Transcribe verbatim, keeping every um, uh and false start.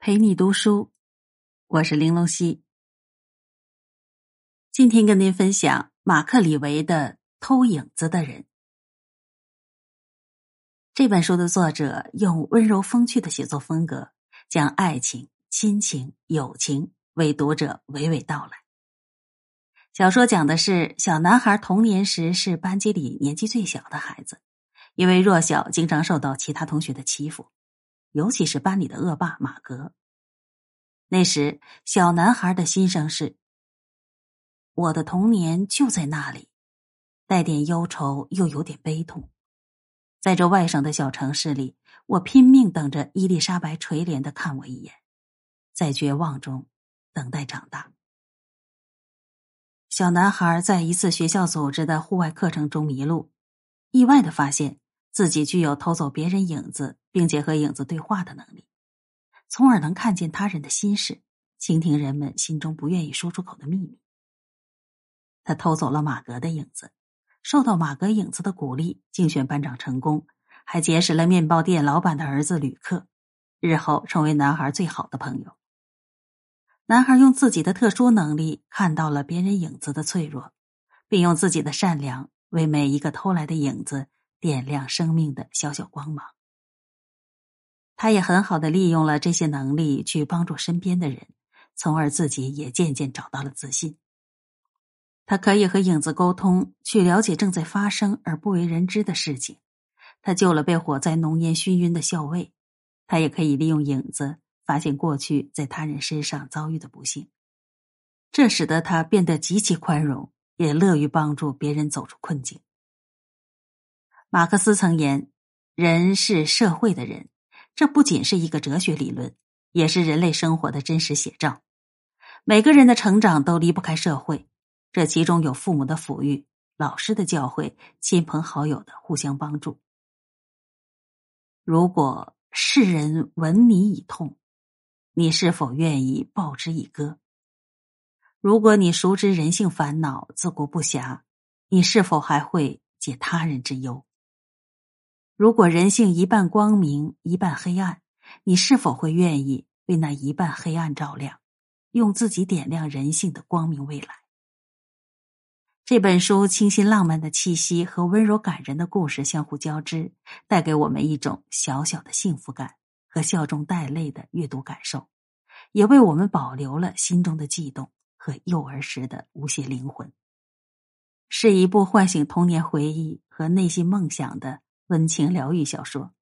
陪你读书，我是玲珑溪。今天跟您分享马克·李维的《偷影子的人》。这本书的作者用温柔风趣的写作风格，将爱情、亲情、友情为读者娓娓道来。小说讲的是小男孩童年时是班级里年纪最小的孩子，因为弱小经常受到其他同学的欺负，尤其是班里的恶霸马格。那时小男孩的心声是，我的童年就在那里，带点忧愁又有点悲痛。在这外省的小城市里，我拼命等着伊丽莎白垂怜地看我一眼，在绝望中等待长大。小男孩在一次学校组织的户外课程中迷路，意外地发现自己具有偷走别人影子并且和影子对话的能力，从而能看见他人的心事，倾听人们心中不愿意说出口的秘密。他偷走了马格的影子，受到马格影子的鼓励，竞选班长成功，还结识了面包店老板的儿子吕克，日后成为男孩最好的朋友。男孩用自己的特殊能力看到了别人影子的脆弱，并用自己的善良为每一个偷来的影子点亮生命的小小光芒。他也很好地利用了这些能力去帮助身边的人，从而自己也渐渐找到了自信。他可以和影子沟通，去了解正在发生而不为人知的事情。他救了被火灾浓烟熏晕的校尉。他也可以利用影子发现过去在他人身上遭遇的不幸。这使得他变得极其宽容，也乐于帮助别人走出困境。马克思曾言，人是社会的人，这不仅是一个哲学理论，也是人类生活的真实写照。每个人的成长都离不开社会，这其中有父母的抚育、老师的教诲、亲朋好友的互相帮助。如果世人闻你以痛，你是否愿意报之以歌？如果你熟知人性烦恼，自顾不暇，你是否还会解他人之忧？如果人性一半光明，一半黑暗，你是否会愿意为那一半黑暗照亮，用自己点亮人性的光明未来？这本书清新浪漫的气息和温柔感人的故事相互交织，带给我们一种小小的幸福感和笑中带泪的阅读感受，也为我们保留了心中的悸动和幼儿时的无邪灵魂。是一部唤醒童年回忆和内心梦想的温情疗愈小说。